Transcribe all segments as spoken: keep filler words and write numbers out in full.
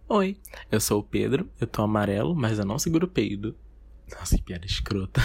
Oi, eu sou o Pedro, eu tô amarelo, mas eu não seguro o peido. Nossa, que piada escrota.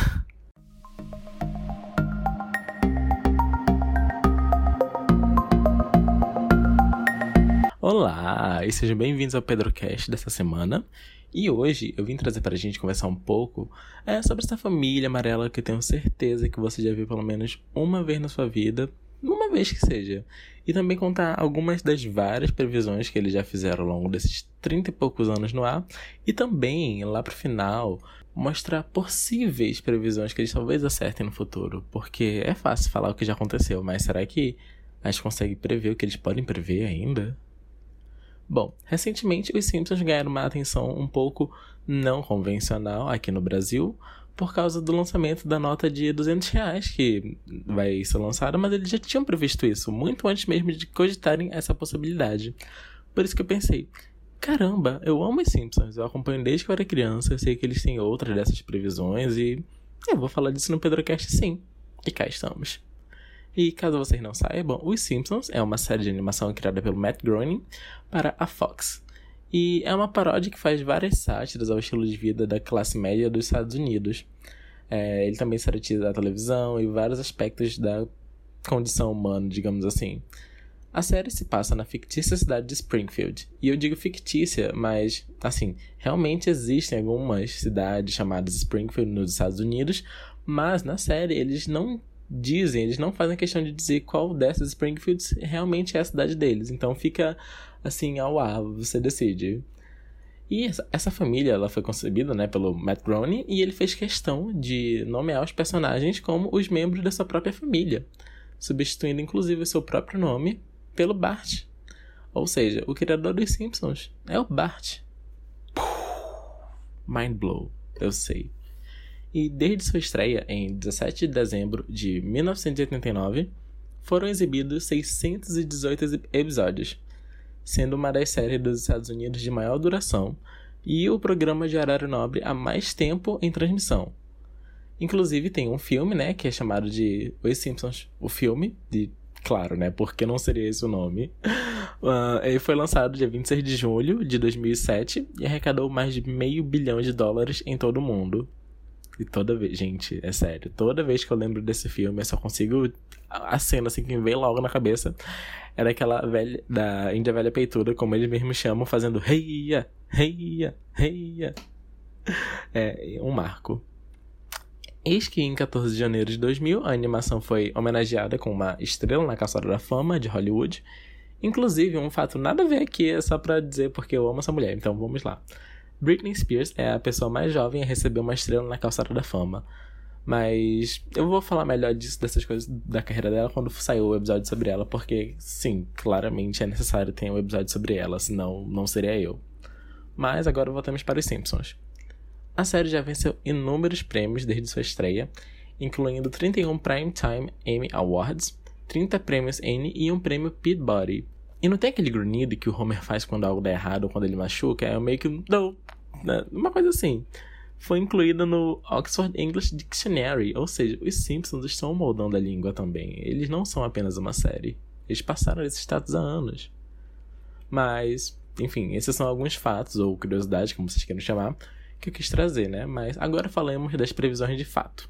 Olá, e sejam bem-vindos ao PedroCast dessa semana. E hoje eu vim trazer pra gente conversar um pouco é, sobre essa família amarela que eu tenho certeza que você já viu pelo menos uma vez na sua vida, uma vez que seja. E também contar algumas das várias previsões que eles já fizeram ao longo desses trinta e poucos anos no ar. E também, lá pro final, mostrar possíveis previsões que eles talvez acertem no futuro. Porque é fácil falar o que já aconteceu, mas será que a gente consegue prever o que eles podem prever ainda? Bom, recentemente os Simpsons ganharam uma atenção um pouco não convencional aqui no Brasil por causa do lançamento da nota de duzentos reais que vai ser lançada, mas eles já tinham previsto isso, muito antes mesmo de cogitarem essa possibilidade. Por isso que eu pensei, caramba, eu amo os Simpsons, eu acompanho desde que eu era criança, eu sei que eles têm outras dessas previsões e eu vou falar disso no PedroCast sim, e cá estamos. E caso vocês não saibam, Os Simpsons é uma série de animação criada pelo Matt Groening para a Fox. E é uma paródia que faz várias sátiras ao estilo de vida da classe média dos Estados Unidos. É, ele também satiriza a televisão e vários aspectos da condição humana, digamos assim. A série se passa na fictícia cidade de Springfield. E eu digo fictícia, mas, assim, realmente existem algumas cidades chamadas Springfield nos Estados Unidos, mas na série eles não dizem, eles não fazem questão de dizer qual dessas Springfields realmente é a cidade deles. Então fica assim, ao ar, você decide. E essa, essa família, ela foi concebida, né, pelo Matt Groening, e ele fez questão de nomear os personagens como os membros da sua própria família, substituindo inclusive o seu próprio nome pelo Bart. Ou seja, o criador dos Simpsons é o Bart. Mind blow, eu sei. E desde sua estreia em dezessete de dezembro de mil novecentos e oitenta e nove, foram exibidos seiscentos e dezoito episódios, sendo uma das séries dos Estados Unidos de maior duração e o programa de horário nobre há mais tempo em transmissão. Inclusive tem um filme, né, que é chamado de Os Simpsons, o filme, de, claro, né, porque não seria esse o nome. Uh, ele foi lançado dia vinte e seis de julho de dois mil e sete e arrecadou mais de meio bilhão de dólares em todo o mundo. E toda vez, gente, é sério, toda vez que eu lembro desse filme, eu só consigo, a cena assim que me vem logo na cabeça, era aquela velha, da Índia Velha Peituda, como eles mesmos chamam, fazendo reia, reia, reia. É, um marco. Eis que em quatorze de janeiro de dois mil, a animação foi homenageada com uma estrela na Calçada da Fama de Hollywood. Inclusive, um fato nada a ver aqui, é só pra dizer porque eu amo essa mulher, então vamos lá. Britney Spears é a pessoa mais jovem a receber uma estrela na Calçada da Fama. Mas eu vou falar melhor disso, dessas coisas da carreira dela, quando sair o episódio sobre ela, porque, sim, claramente é necessário ter um episódio sobre ela, senão não seria eu. Mas agora voltamos para os Simpsons. A série já venceu inúmeros prêmios desde sua estreia, incluindo trinta e um Primetime Emmy Awards, trinta prêmios Annie e um prêmio Peabody. E não tem aquele grunhido que o Homer faz quando algo dá errado ou quando ele machuca? É meio que... Não, uma coisa assim. Foi incluída no Oxford English Dictionary. Ou seja, os Simpsons estão moldando a língua também. Eles não são apenas uma série. Eles passaram esse status há anos. Mas, enfim, esses são alguns fatos, ou curiosidades, como vocês queiram chamar, que eu quis trazer, né? Mas agora falemos das previsões de fato.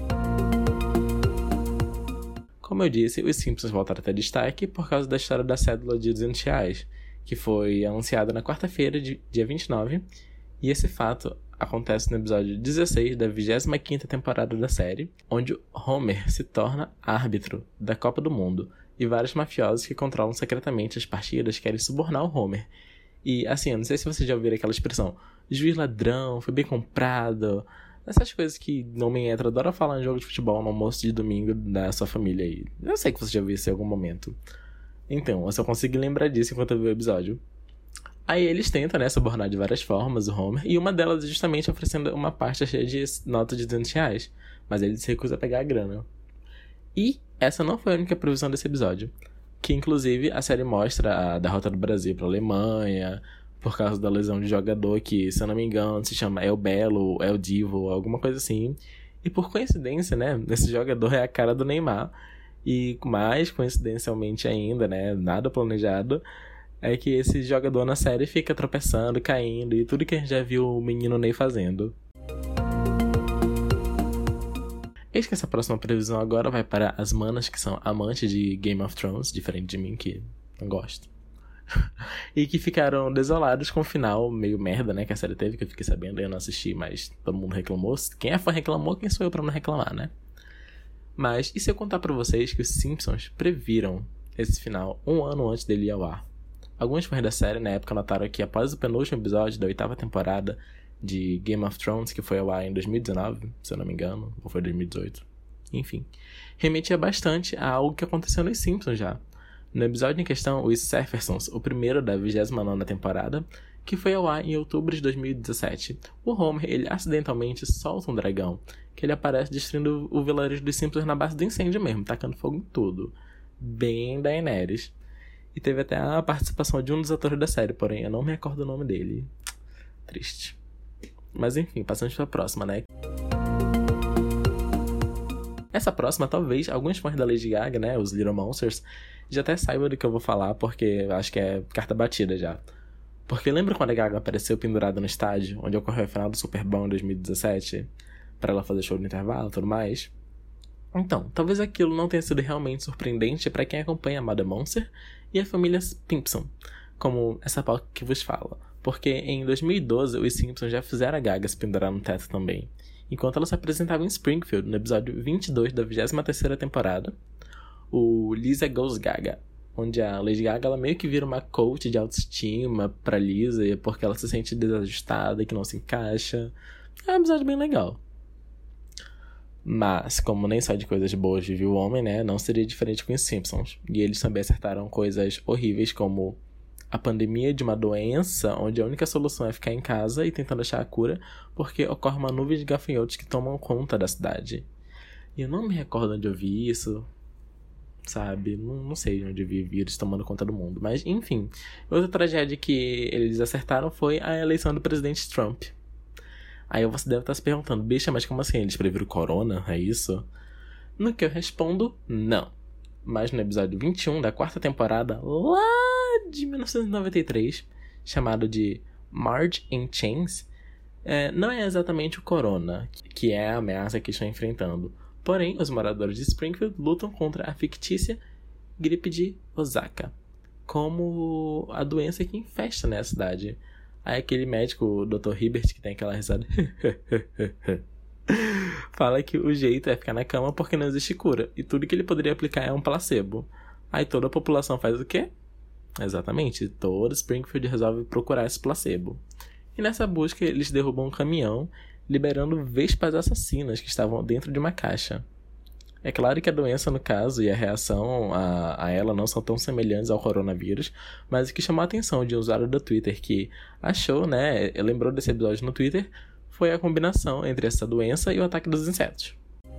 Como eu disse, os Simpsons voltaram a ter destaque por causa da história da cédula de duzentos reais, que foi anunciada na quarta-feira, dia vinte e nove, e esse fato acontece no episódio dezesseis da vigésima quinta temporada da série, onde Homer se torna árbitro da Copa do Mundo, e vários mafiosos que controlam secretamente as partidas querem subornar o Homer. E assim, eu não sei se vocês já ouviram aquela expressão, juiz ladrão, foi bem comprado... Essas coisas que homem hétero adora falar em jogo de futebol no almoço de domingo da sua família aí. Eu sei que você já viu isso em algum momento. Então, eu só consegui lembrar disso enquanto eu vi o episódio. Aí eles tentam, né, subornar de várias formas o Homer, e uma delas é justamente oferecendo uma pasta cheia de notas de duzentos reais. Mas ele se recusa a pegar a grana. E essa não foi a única previsão desse episódio. Que inclusive a série mostra a derrota do Brasil para a Alemanha... por causa da lesão de jogador que, se eu não me engano, se chama El Belo, El Divo, alguma coisa assim. E por coincidência, né, esse jogador é a cara do Neymar. E mais coincidencialmente ainda, né, nada planejado, é que esse jogador na série fica tropeçando, caindo e tudo que a gente já viu o menino Ney fazendo. Eis que essa próxima previsão agora vai para as manas que são amantes de Game of Thrones, diferente de mim que não gosto. E que ficaram desolados com o final meio merda, né, que a série teve, que eu fiquei sabendo, eu não assisti, mas todo mundo reclamou. Quem é fã reclamou, quem sou eu pra não reclamar, né? Mas e se eu contar pra vocês que os Simpsons previram esse final um ano antes dele ir ao ar? Alguns fãs da série na época notaram que após o penúltimo episódio da oitava temporada de Game of Thrones, que foi ao ar em dois mil e dezenove, se eu não me engano, ou foi dois mil e dezoito, enfim, remetia bastante a algo que aconteceu nos Simpsons já. No episódio em questão, os Seffersons, o primeiro da vigésima nona temporada, que foi ao ar em outubro de dois mil e dezessete, o Homer, ele acidentalmente solta um dragão, que ele aparece destruindo o vilarejo dos Simpsons na base do incêndio mesmo, tacando fogo em tudo. Bem Daenerys. E teve até a participação de um dos atores da série, porém eu não me recordo o nome dele. Triste. Mas enfim, passando para a próxima, né? Essa próxima, talvez, alguns fãs da Lady Gaga, né, os Little Monsters, já até saibam do que eu vou falar, porque acho que é carta batida já. Porque lembra quando a Gaga apareceu pendurada no estádio, onde ocorreu a final do Super Bowl em dois mil e dezessete? Pra ela fazer show no intervalo e tudo mais? Então, talvez aquilo não tenha sido realmente surpreendente para quem acompanha a Mother Monster e a família Simpson, como essa pauta que vos fala. Porque em dois mil e doze, os Simpsons já fizeram a Gaga se pendurar no teto também, enquanto ela se apresentava em Springfield, no episódio vinte e dois da vigésima terceira temporada, o Lisa Goes Gaga, onde a Lady Gaga ela meio que vira uma coach de autoestima pra Lisa, porque ela se sente desajustada e que não se encaixa. É um episódio bem legal. Mas, como nem só de coisas boas vive o homem, né, não seria diferente com os Simpsons. E eles também acertaram coisas horríveis como a pandemia de uma doença, onde a única solução é ficar em casa e tentando achar a cura, porque ocorre uma nuvem de gafanhotos que tomam conta da cidade. E eu não me recordo onde eu vi isso, sabe? Não, não sei onde eu vi vírus tomando conta do mundo. Mas, enfim. Outra tragédia que eles acertaram foi a eleição do presidente Trump. Aí você deve estar se perguntando, bicha, mas como assim? Eles previram corona? É isso? No que eu respondo, não. Mas no episódio vinte e um da quarta temporada, lá de mil novecentos e noventa e três, chamado de Marge in Chains, é, não é exatamente o corona, que é a ameaça que estão enfrentando. Porém, os moradores de Springfield lutam contra a fictícia gripe de Osaka, como a doença que infesta, né, a cidade. Aí aquele médico, o doutor Hibbert, que tem aquela risada, fala que o jeito é ficar na cama porque não existe cura, e tudo que ele poderia aplicar é um placebo. Aí toda a população faz o quê? Exatamente, toda Springfield resolve procurar esse placebo. E nessa busca eles derrubam um caminhão, liberando vespas assassinas que estavam dentro de uma caixa. É claro que a doença, no caso, e a reação a, a ela não são tão semelhantes ao coronavírus, mas o que chamou a atenção de um usuário do Twitter que achou, né, lembrou desse episódio no Twitter, foi a combinação entre essa doença e o ataque dos insetos.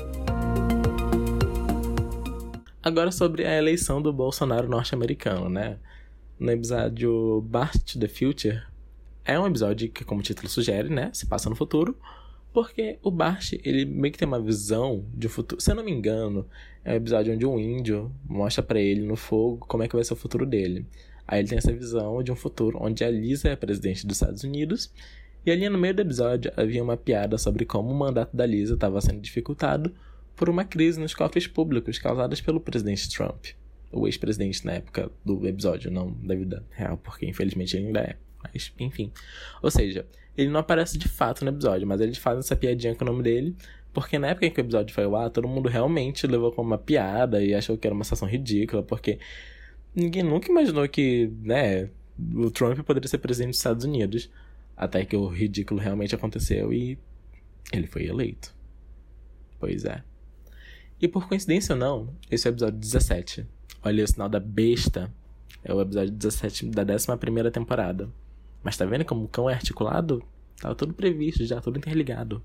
Agora sobre a eleição do Bolsonaro norte-americano, né? No episódio Back to the Future, é um episódio que, como o título sugere, né, se passa no futuro, porque o Bart, ele meio que tem uma visão de um futuro. Se eu não me engano, é um episódio onde um índio mostra pra ele no fogo como é que vai ser o futuro dele. Aí ele tem essa visão de um futuro onde a Lisa é a presidente dos Estados Unidos, e ali no meio do episódio havia uma piada sobre como o mandato da Lisa estava sendo dificultado por uma crise nos cofres públicos causadas pelo presidente Trump. O ex-presidente na época do episódio, não da vida real, porque infelizmente ele ainda é. Mas, enfim. Ou seja, ele não aparece de fato no episódio, mas eles fazem essa piadinha com o nome dele, porque na época em que o episódio foi ao ar, todo mundo realmente levou como uma piada e achou que era uma situação ridícula, porque ninguém nunca imaginou que, né, o Trump poderia ser presidente dos Estados Unidos, até que o ridículo realmente aconteceu e ele foi eleito. Pois é. E por coincidência ou não, esse é o episódio dezessete. Olha o sinal da besta. É o episódio dezessete da décima primeira temporada. Mas tá vendo como o cão é articulado? Tava tudo previsto já, tudo interligado.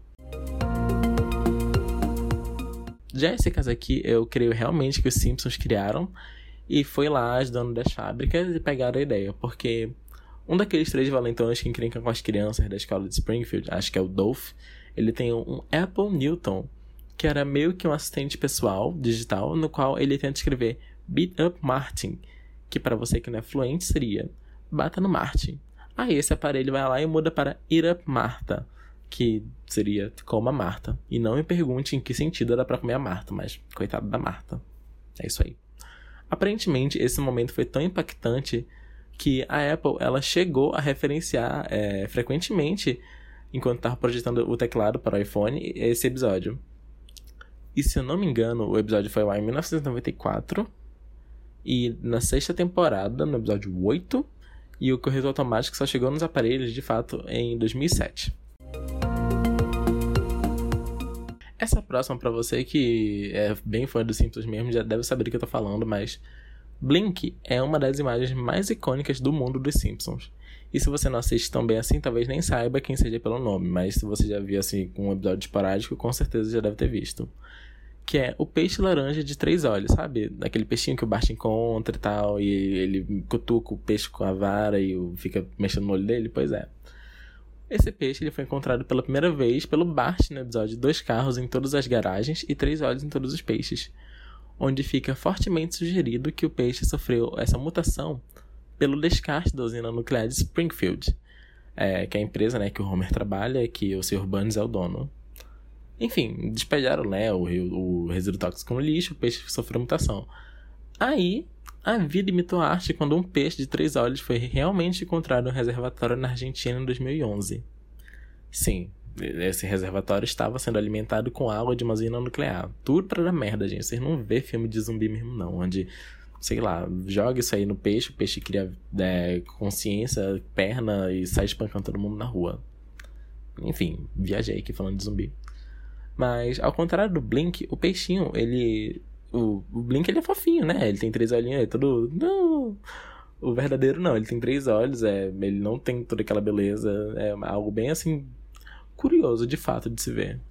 Já esse caso aqui, eu creio realmente que os Simpsons criaram e foi lá as donas das fábricas e pegaram a ideia. Porque um daqueles três valentões que encrencam com as crianças da escola de Springfield, acho que é o Dolph, ele tem um Apple Newton, que era meio que um assistente pessoal, digital, no qual ele tenta escrever Beat Up Martin, que para você que não é fluente seria: bata no Martin. Aí esse aparelho vai lá e muda para Eat Up Martha, que seria coma Martha. E não me pergunte em que sentido era pra comer a Martha, mas coitada da Martha. É isso aí. Aparentemente, esse momento foi tão impactante que a Apple ela chegou a referenciar é, frequentemente, enquanto estava projetando o teclado para o iPhone, esse episódio. E se eu não me engano, o episódio foi lá em mil novecentos e noventa e quatro. E na sexta temporada, no episódio oito. E o corretor automático só chegou nos aparelhos, de fato, em dois mil e sete. Essa próxima, pra você que é bem fã dos Simpsons mesmo, já deve saber do que eu tô falando, mas Blink é uma das imagens mais icônicas do mundo dos Simpsons. E se você não assiste tão bem assim, talvez nem saiba quem seja pelo nome, mas se você já viu assim um episódio esporádico, com certeza já deve ter visto. Que é o peixe laranja de três olhos, sabe? Aquele peixinho que o Bart encontra e tal, e ele cutuca o peixe com a vara e fica mexendo no olho dele. Pois é. Esse peixe ele foi encontrado pela primeira vez pelo Bart no episódio Dois Carros em Todas as Garagens e Três Olhos em Todos os Peixes, onde fica fortemente sugerido que o peixe sofreu essa mutação pelo descarte da usina nuclear de Springfield, é, que é a empresa, né, que o Homer trabalha, que o senhor Burns é o dono. Enfim, despejaram, né, o, o resíduo tóxico no lixo, o peixe sofreu mutação. Aí, a vida imitou a arte quando um peixe de três olhos foi realmente encontrado em um reservatório na Argentina em dois mil e onze. Sim, esse reservatório estava sendo alimentado com água de uma usina nuclear. Tudo pra dar merda, gente. Vocês não vê filme de zumbi mesmo, não. Onde, sei lá, joga isso aí no peixe, o peixe cria é, consciência, perna e sai espancando todo mundo na rua. Enfim, viajei aqui falando de zumbi. Mas, ao contrário do Blink, o peixinho, ele... O, o Blink, ele é fofinho, né? Ele tem três olhinhos, é todo... Não... O verdadeiro não, ele tem três olhos, é, ele não tem toda aquela beleza. É algo bem, assim, curioso, de fato, de se ver.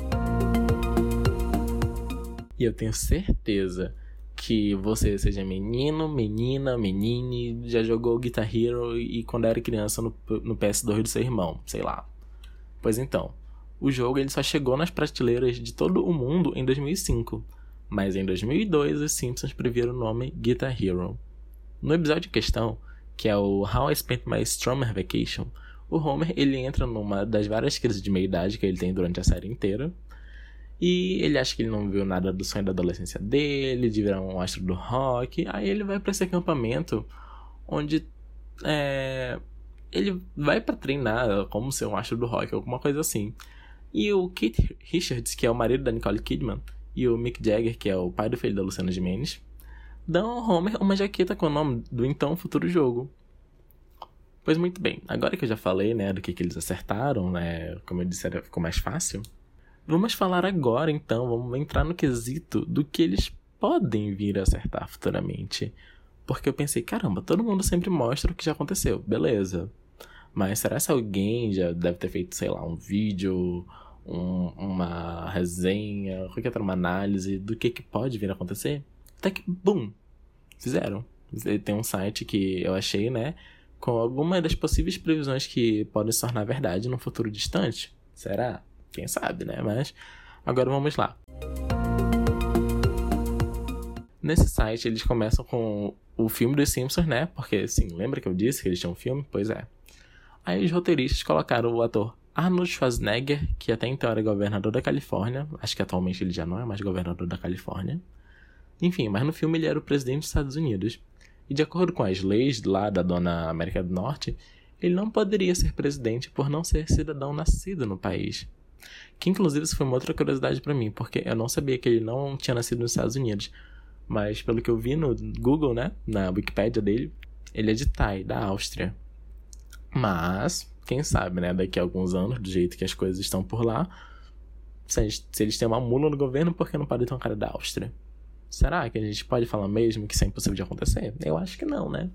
E eu tenho certeza que você, seja menino, menina, menine, já jogou Guitar Hero e quando era criança no, no P S dois do seu irmão, sei lá. Pois então... O jogo ele só chegou nas prateleiras de todo o mundo em dois mil e cinco, mas em dois mil e dois os Simpsons previram o nome Guitar Hero. No episódio em questão, que é o How I Spent My Summer Vacation, o Homer ele entra numa das várias crises de meia-idade que ele tem durante a série inteira, e ele acha que ele não viu nada do sonho da adolescência dele, de virar um astro do rock, aí ele vai para esse acampamento onde é, ele vai para treinar como ser um astro do rock, alguma coisa assim. E o Keith Richards, que é o marido da Nicole Kidman, e o Mick Jagger, que é o pai do filho da Luciana Gimenez, dão ao Homer uma jaqueta com o nome do então futuro jogo. Pois muito bem, agora que eu já falei, né, do que, que eles acertaram, né, como eu disse, era, ficou mais fácil, vamos falar agora então, vamos entrar no quesito do que eles podem vir a acertar futuramente. Porque eu pensei, caramba, todo mundo sempre mostra o que já aconteceu, beleza. Mas será que alguém já deve ter feito, sei lá, um vídeo, um, uma resenha, qualquer outra uma análise do que, que pode vir a acontecer? Até que, bum, fizeram. Tem um site que eu achei, né, com algumas das possíveis previsões que podem se tornar verdade no futuro distante. Será? Quem sabe, né? Mas agora vamos lá. Nesse site eles começam com o filme dos Simpsons, né? Porque, sim, lembra que eu disse que eles tinham um filme? Pois é. Aí os roteiristas colocaram o ator Arnold Schwarzenegger, que até então era governador da Califórnia. Acho que atualmente ele já não é mais governador da Califórnia. Enfim, mas no filme ele era o presidente dos Estados Unidos. E de acordo com as leis lá da dona América do Norte, ele não poderia ser presidente por não ser cidadão nascido no país. Que inclusive isso foi uma outra curiosidade pra mim, porque eu não sabia que ele não tinha nascido nos Estados Unidos. Mas pelo que eu vi no Google, né, na Wikipédia dele, ele é de Tai, da Áustria. Mas, quem sabe, né, daqui a alguns anos, do jeito que as coisas estão por lá, se eles, se eles têm uma mula no governo, por que não pode ter um cara da Áustria? Será que a gente pode falar mesmo que isso é impossível de acontecer? Eu acho que não, né?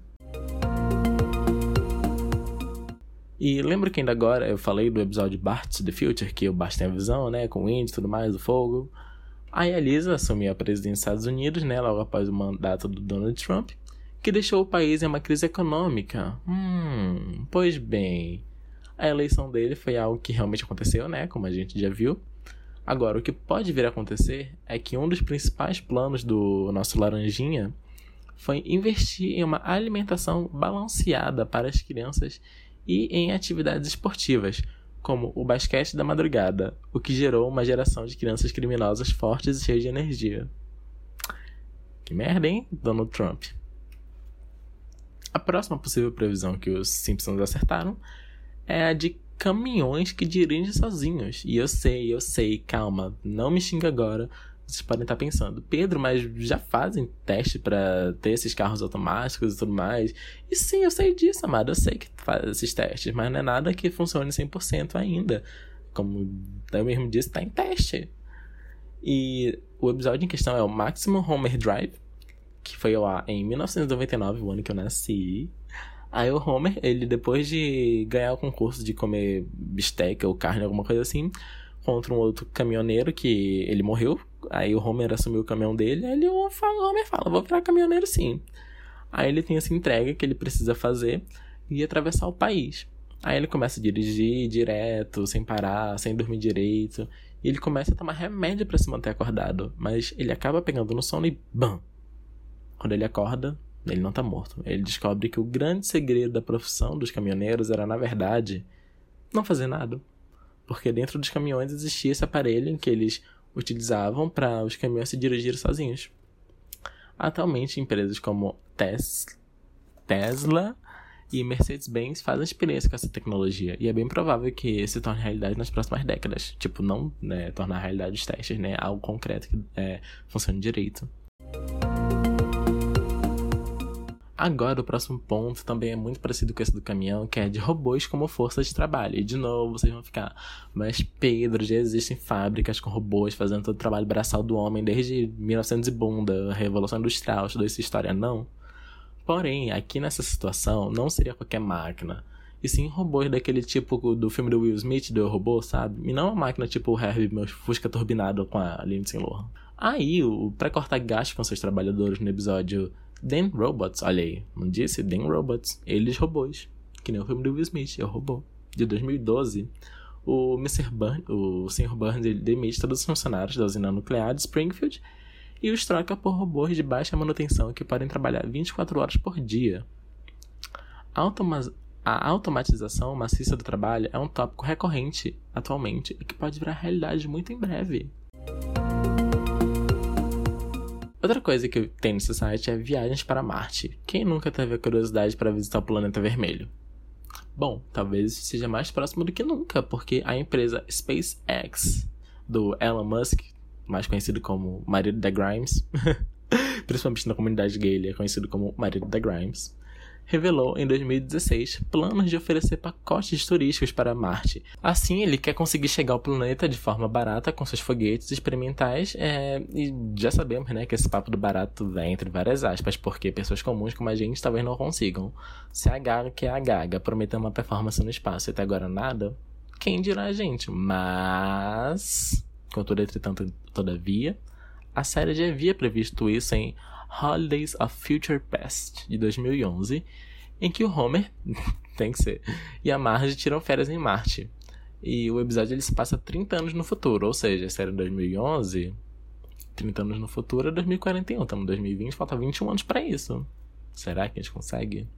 E lembra que ainda agora eu falei do episódio Bart to the Future, que o Bart tem a visão, né, com o índio e tudo mais, o fogo. Aí a Lisa assumiu a presidência dos Estados Unidos, né, logo após o mandato do Donald Trump, que deixou o país em uma crise econômica. Hum, pois bem, a eleição dele foi algo que realmente aconteceu, né, como a gente já viu. Agora, o que pode vir a acontecer é que um dos principais planos do nosso laranjinha foi investir em uma alimentação balanceada para as crianças e em atividades esportivas, como o basquete da madrugada, o que gerou uma geração de crianças criminosas fortes e cheias de energia. Que merda, hein, Donald Trump? A próxima possível previsão que os Simpsons acertaram é a de caminhões que dirigem sozinhos. E eu sei, eu sei, calma, não me xinga agora. Vocês podem estar pensando, Pedro, mas já fazem teste para ter esses carros automáticos e tudo mais. E sim, eu sei disso, amado, eu sei que faz esses testes, mas não é nada que funcione cem por cento ainda. Como eu mesmo disse, está em teste. E o episódio em questão é o Maximum Homer Drive, que foi ao ar em mil novecentos e noventa e nove, o ano que eu nasci. Aí o Homer, ele depois de ganhar o concurso de comer bisteca ou carne, alguma coisa assim, contra um outro caminhoneiro que ele morreu. Aí o Homer assumiu o caminhão dele, aí ele, o Homer fala, vou virar caminhoneiro sim. Aí ele tem essa entrega que ele precisa fazer e atravessar o país. Aí ele começa a dirigir direto, sem parar, sem dormir direito. E ele começa a tomar remédio pra se manter acordado, mas ele acaba pegando no sono e bam! Quando ele acorda, ele não tá morto. Ele descobre que o grande segredo da profissão dos caminhoneiros era, na verdade, não fazer nada. Porque dentro dos caminhões existia esse aparelho em que eles utilizavam para os caminhões se dirigirem sozinhos. Atualmente, empresas como Tes- Tesla e Mercedes-Benz fazem experiência com essa tecnologia. E é bem provável que se torne realidade nas próximas décadas. Tipo, não né, tornar realidade os testes, né? Algo concreto que é, funcione direito. Agora, o próximo ponto também é muito parecido com esse do caminhão, que é de robôs como força de trabalho. E, de novo, vocês vão ficar, mas Pedro, já existem fábricas com robôs fazendo todo o trabalho braçal do homem desde mil e novecentos e bunda, a Revolução Industrial, toda essa história. Não. Porém, aqui nessa situação, não seria qualquer máquina. E sim robôs daquele tipo do filme do Will Smith, do Eu, Robô, sabe? E não uma máquina tipo o Herbie, meu Fusca turbinado com a Lindsay Lohan. Aí, para cortar gastos com seus trabalhadores no episódio Dan Robots, olha aí, não disse? Dan Robots, eles robôs, que nem o filme do Will Smith, Eu, Robô, de dois mil e doze. O mister Burns, o senhor Burns, ele demite todos os funcionários da usina nuclear de Springfield e os troca por robôs de baixa manutenção que podem trabalhar vinte e quatro horas por dia. Automa- a automatização maciça do trabalho é um tópico recorrente atualmente e que pode virar realidade muito em breve. Outra coisa que tem nesse site é viagens para Marte. Quem nunca teve a curiosidade para visitar o planeta vermelho? Bom, talvez seja mais próximo do que nunca, porque a empresa SpaceX, do Elon Musk, mais conhecido como marido da Grimes, principalmente na comunidade gay, ele é conhecido como marido da Grimes, revelou em dois mil e dezesseis planos de oferecer pacotes turísticos para Marte. Assim, ele quer conseguir chegar ao planeta de forma barata com seus foguetes experimentais, é, e já sabemos, né, que esse papo do barato vem entre várias aspas, porque pessoas comuns como a gente talvez não consigam. Se a Gaga, que é a Gaga, prometeu uma performance no espaço e até agora nada, quem dirá a gente? Mas, contudo, entretanto, todavia, a série já havia previsto isso em Holidays of Future Past, de dois mil e onze, em que o Homer, tem que ser, e a Marge tiram férias em Marte. E o episódio ele se passa trinta anos no futuro, ou seja, se era dois mil e onze, trinta anos no futuro é dois mil e quarenta e um, estamos em dois mil e vinte, falta vinte e um anos para isso. Será que a gente consegue?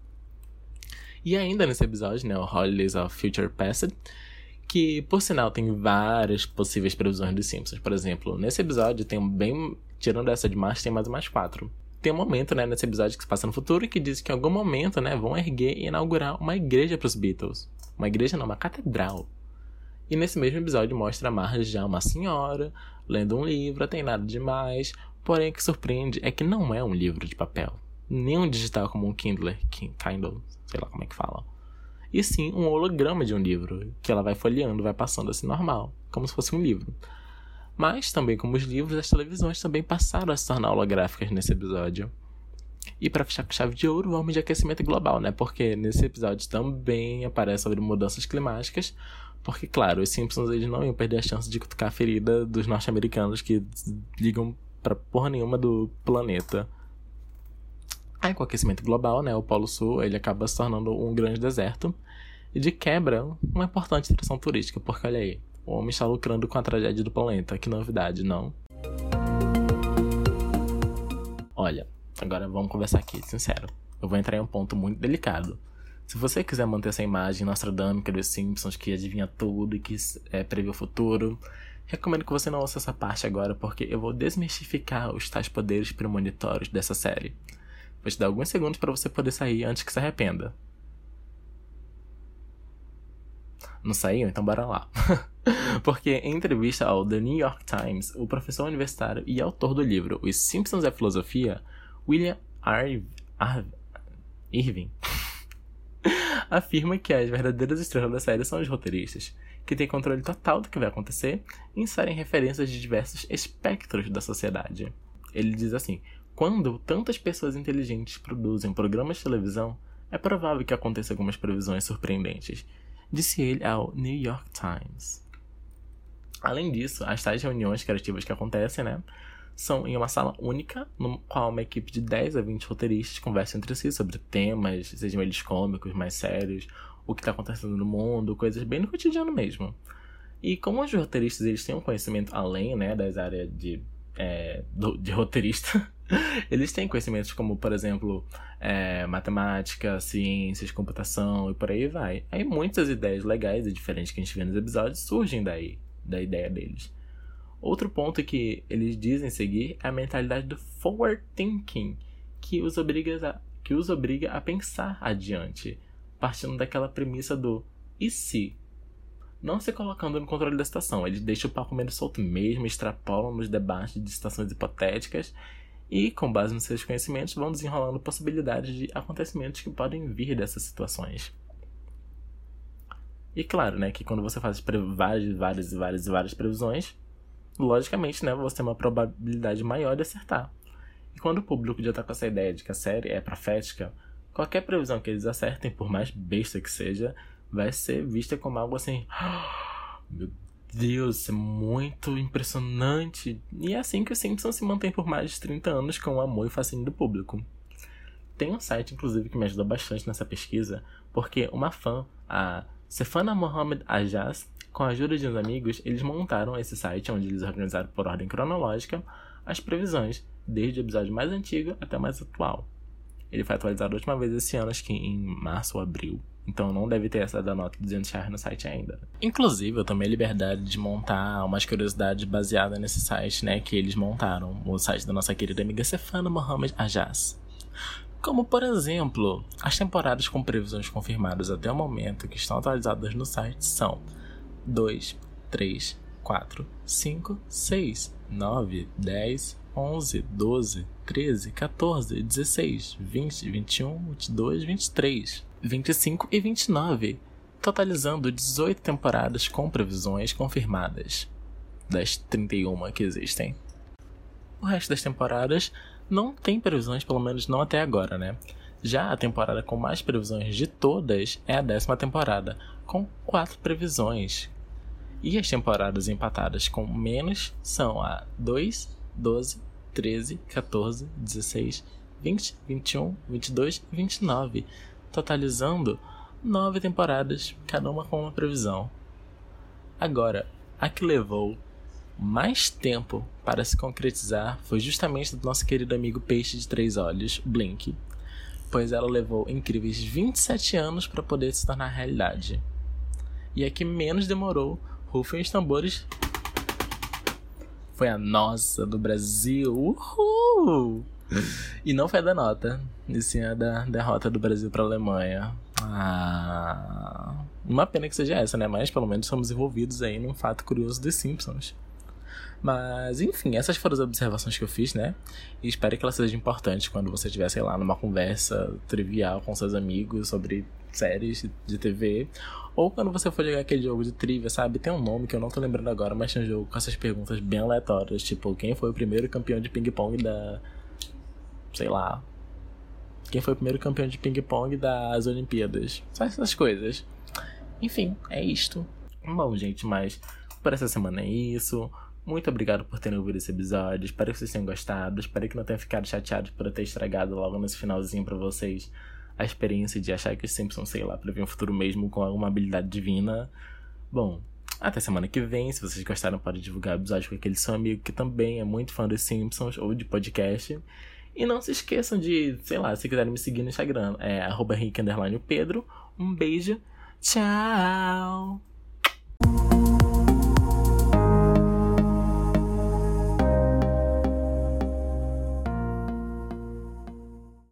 E ainda nesse episódio, né, o Holidays of Future Past, que, por sinal, tem várias possíveis previsões dos Simpsons. Por exemplo, nesse episódio tem um bem... Tirando essa de Marte, tem mais umas quatro. Tem um momento, né, nesse episódio que se passa no futuro e que diz que em algum momento, né, vão erguer e inaugurar uma igreja para os Beatles. Uma igreja não, uma catedral. E nesse mesmo episódio mostra a Marge já uma senhora, lendo um livro, tem nada demais. Porém, o que surpreende é que não é um livro de papel. Nem um digital como um Kindle, Kindle, sei lá como é que fala. E sim um holograma de um livro, que ela vai folheando, vai passando assim normal, como se fosse um livro. Mas, também como os livros, as televisões também passaram a se tornar holográficas nesse episódio. E para fechar com chave de ouro, vamos de aquecimento global, né? Porque nesse episódio também aparece sobre mudanças climáticas. Porque, claro, os Simpsons eles não iam perder a chance de cutucar a ferida dos norte-americanos que ligam pra porra nenhuma do planeta. Aí, com o aquecimento global, né? O Polo Sul ele acaba se tornando um grande deserto. E de quebra, uma importante atração turística. Porque, olha aí, o homem está lucrando com a tragédia do planeta. Que novidade, não? Olha, agora vamos conversar aqui, sincero. Eu vou entrar em um ponto muito delicado. Se você quiser manter essa imagem nostradâmica dos Simpsons, que adivinha tudo e que é, prevê o futuro, recomendo que você não ouça essa parte agora, porque eu vou desmistificar os tais poderes premonitórios dessa série. Vou te dar alguns segundos para você poder sair antes que se arrependa. Não saiu? Então bora lá. Porque em entrevista ao The New York Times, o professor universitário e autor do livro Os Simpsons e a Filosofia, William R. Irving, afirma que as verdadeiras estrelas da série são os roteiristas, que têm controle total do que vai acontecer e inserem referências de diversos espectros da sociedade. Ele diz assim: quando tantas pessoas inteligentes produzem programas de televisão, é provável que aconteçam algumas previsões surpreendentes, disse ele ao New York Times. Além disso, as tais reuniões criativas que acontecem, né, são em uma sala única, no qual uma equipe de dez a vinte roteiristas conversam entre si sobre temas, sejam eles cômicos, mais sérios, o que está acontecendo no mundo, coisas bem no cotidiano mesmo. E como os roteiristas eles têm um conhecimento além, né, das áreas de, é, do, de roteirista, eles têm conhecimentos como, por exemplo, é, matemática, ciências, computação e por aí vai. Aí muitas ideias legais e diferentes que a gente vê nos episódios surgem daí, da ideia deles. Outro ponto que eles dizem seguir é a mentalidade do forward thinking, que os obriga a, que os obriga a pensar adiante, partindo daquela premissa do e se? Não se colocando no controle da situação, eles deixam o papo meio solto mesmo, extrapolam nos debates de situações hipotéticas e, com base nos seus conhecimentos, vão desenrolando possibilidades de acontecimentos que podem vir dessas situações. E claro, né, que quando você faz várias, várias, várias e várias previsões, logicamente, né, você tem uma probabilidade maior de acertar. E quando o público já tá com essa ideia de que a série é profética, qualquer previsão que eles acertem, por mais besta que seja, vai ser vista como algo assim: meu Deus, isso é muito impressionante. E é assim que o Simpsons se mantém por mais de trinta anos com o amor e fascínio do público. Tem um site, inclusive, que me ajudou bastante nessa pesquisa, porque uma fã, a Sefana Mohamed Ajaz, com a ajuda de uns amigos, eles montaram esse site onde eles organizaram por ordem cronológica as previsões, desde o episódio mais antigo até o mais atual. Ele foi atualizado a última vez esse ano, acho que em março ou abril. Então não deve ter essa da nota de duzentos reais no site ainda. Inclusive, eu tomei a liberdade de montar umas curiosidades baseadas nesse site, né, que eles montaram. O site da nossa querida amiga Sefana Mohamed Ajaz. Como, por exemplo, as temporadas com previsões confirmadas até o momento que estão atualizadas no site são dois, três, quatro, cinco, seis, nove, dez, onze, doze, treze, quatorze, dezesseis, vinte, vinte e um, vinte e dois, vinte e três, vinte e cinco e vinte e nove, totalizando dezoito temporadas com previsões confirmadas, das trinta e uma que existem. O resto das temporadas não tem previsões, pelo menos não até agora, né? Já a temporada com mais previsões de todas é a décima temporada, com quatro previsões. E as temporadas empatadas com menos são a dois, doze, treze, quatorze, dezesseis, vinte, vinte e um, vinte e dois e vinte e nove, totalizando nove temporadas, cada uma com uma previsão. Agora, a que levou mais tempo para se concretizar foi justamente do nosso querido amigo Peixe de Três Olhos, Blink, pois ela levou incríveis vinte e sete anos para poder se tornar realidade. E a que menos demorou, rufem os tambores, foi a nossa, do Brasil. Uhul! E não foi a da nota, e sim a da derrota do Brasil para a Alemanha. Ah, uma pena que seja essa, né? Mas pelo menos somos envolvidos aí num fato curioso dos Simpsons. Mas, enfim, essas foram as observações que eu fiz, né? E espero que elas sejam importantes quando você estiver, sei lá, numa conversa trivial com seus amigos sobre séries de T V. Ou quando você for jogar aquele jogo de trivia, sabe? Tem um nome que eu não tô lembrando agora, mas tem um jogo com essas perguntas bem aleatórias. Tipo, quem foi o primeiro campeão de ping-pong da... sei lá... Quem foi o primeiro campeão de ping-pong das Olimpíadas? Só essas coisas. Enfim, é isto. Bom, gente, mas por essa semana é isso. Muito obrigado por terem ouvido esse episódio. Espero que vocês tenham gostado. Espero que não tenham ficado chateados por eu ter estragado logo nesse finalzinho pra vocês a experiência de achar que os Simpsons, sei lá, prevê um futuro mesmo com alguma habilidade divina. Bom, até semana que vem. Se vocês gostaram, pode divulgar o episódio com aquele seu amigo que também é muito fã dos Simpsons ou de podcast. E não se esqueçam de, sei lá, se quiserem me seguir no Instagram, é arroba henrique underline pedro. Um beijo. Tchau!